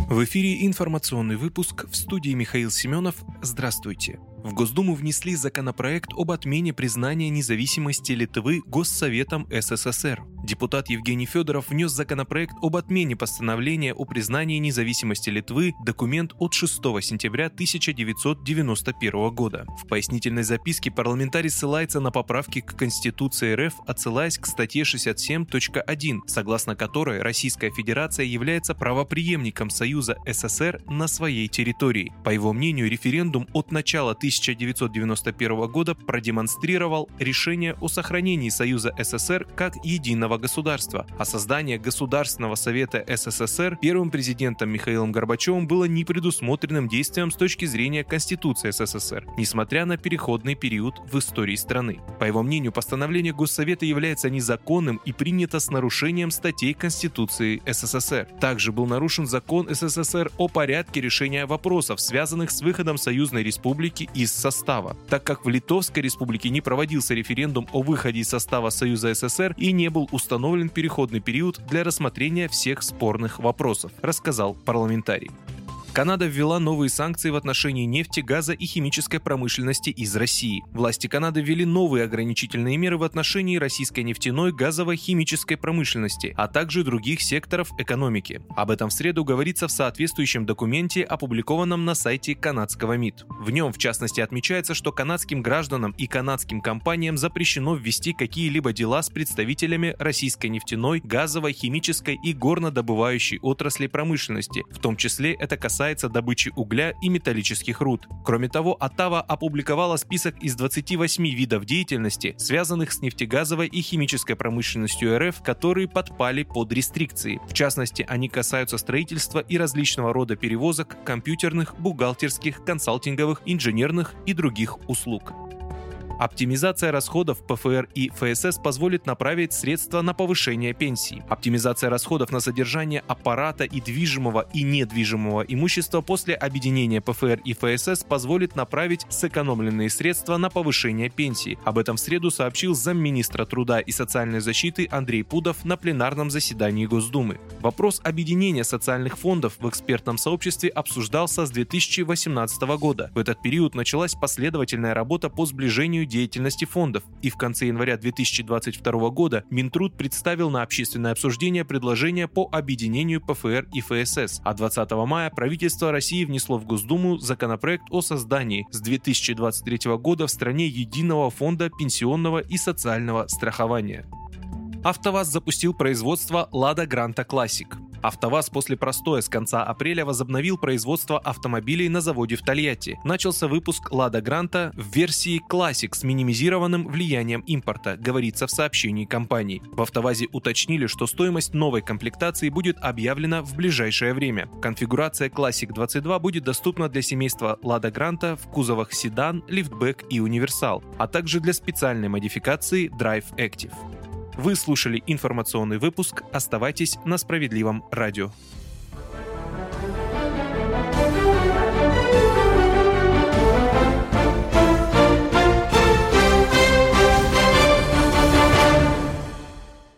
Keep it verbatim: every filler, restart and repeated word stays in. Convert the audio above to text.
В эфире информационный выпуск, в студии Михаил Семенов. Здравствуйте. В Госдуму внесли законопроект об отмене признания независимости Литвы Госсоветом СССР. Депутат Евгений Федоров внес законопроект об отмене постановления о признании независимости Литвы, документ от шестого сентября тысяча девятьсот девяносто первого года. В пояснительной записке парламентарий ссылается на поправки к Конституции РФ, отсылаясь к статье шестьдесят семь точка один, согласно которой Российская Федерация является правопреемником Союза СССР на своей территории. По его мнению, референдум от начала тысяча девятьсот девяносто первого года продемонстрировал решение о сохранении Союза СССР как единого государства, а создание Государственного Совета СССР первым президентом Михаилом Горбачевым было непредусмотренным действием с точки зрения Конституции СССР, несмотря на переходный период в истории страны. По его мнению, постановление Госсовета является незаконным и принято с нарушением статей Конституции СССР. Также был нарушен закон СССР о порядке решения вопросов, связанных с выходом Союзной Республики из состава, так как в Литовской Республике не проводился референдум о выходе из состава Союза СССР и не был установлен переходный период для рассмотрения всех спорных вопросов, рассказал парламентарий. Канада ввела новые санкции в отношении нефти, газа и химической промышленности из России. Власти Канады ввели новые ограничительные меры в отношении российской нефтяной, газовой, химической промышленности, а также других секторов экономики. Об этом в среду говорится в соответствующем документе, опубликованном на сайте канадского МИД. В нем, в частности, отмечается, что канадским гражданам и канадским компаниям запрещено ввести какие-либо дела с представителями российской нефтяной, газовой, химической и горнодобывающей отрасли промышленности, в том числе это касается касается добычи угля и металлических руд. Кроме того, Оттава опубликовала список из двадцати восьми видов деятельности, связанных с нефтегазовой и химической промышленностью РФ, которые подпали под рестрикции. В частности, они касаются строительства и различного рода перевозок, компьютерных, бухгалтерских, консалтинговых, инженерных и других услуг. Оптимизация расходов ПФР и ФСС позволит направить средства на повышение пенсий. Оптимизация расходов на содержание аппарата и движимого и недвижимого имущества после объединения ПФР и ФСС позволит направить сэкономленные средства на повышение пенсий. Об этом в среду сообщил замминистра труда и социальной защиты Андрей Пудов на пленарном заседании Госдумы. Вопрос объединения социальных фондов в экспертном сообществе обсуждался с две тысячи восемнадцатого года. В этот период началась последовательная работа по сближению деятельности фондов, и в конце января две тысячи двадцать второго года Минтруд представил на общественное обсуждение предложение по объединению ПФР и ФСС, а двадцатого мая правительство России внесло в Госдуму законопроект о создании с две тысячи двадцать третьего года в стране единого фонда пенсионного и социального страхования. АвтоВАЗ запустил производство Lada Granta Classic. АвтоВАЗ после простоя с конца апреля возобновил производство автомобилей на заводе в Тольятти. Начался выпуск Lada Granta в версии Classic с минимизированным влиянием импорта, говорится в сообщении компании. В АвтоВАЗе уточнили, что стоимость новой комплектации будет объявлена в ближайшее время. Конфигурация Classic двадцать два будет доступна для семейства Lada Granta в кузовах седан, лифтбэк и универсал, а также для специальной модификации Drive Active. Вы слушали информационный выпуск. Оставайтесь на Справедливом радио.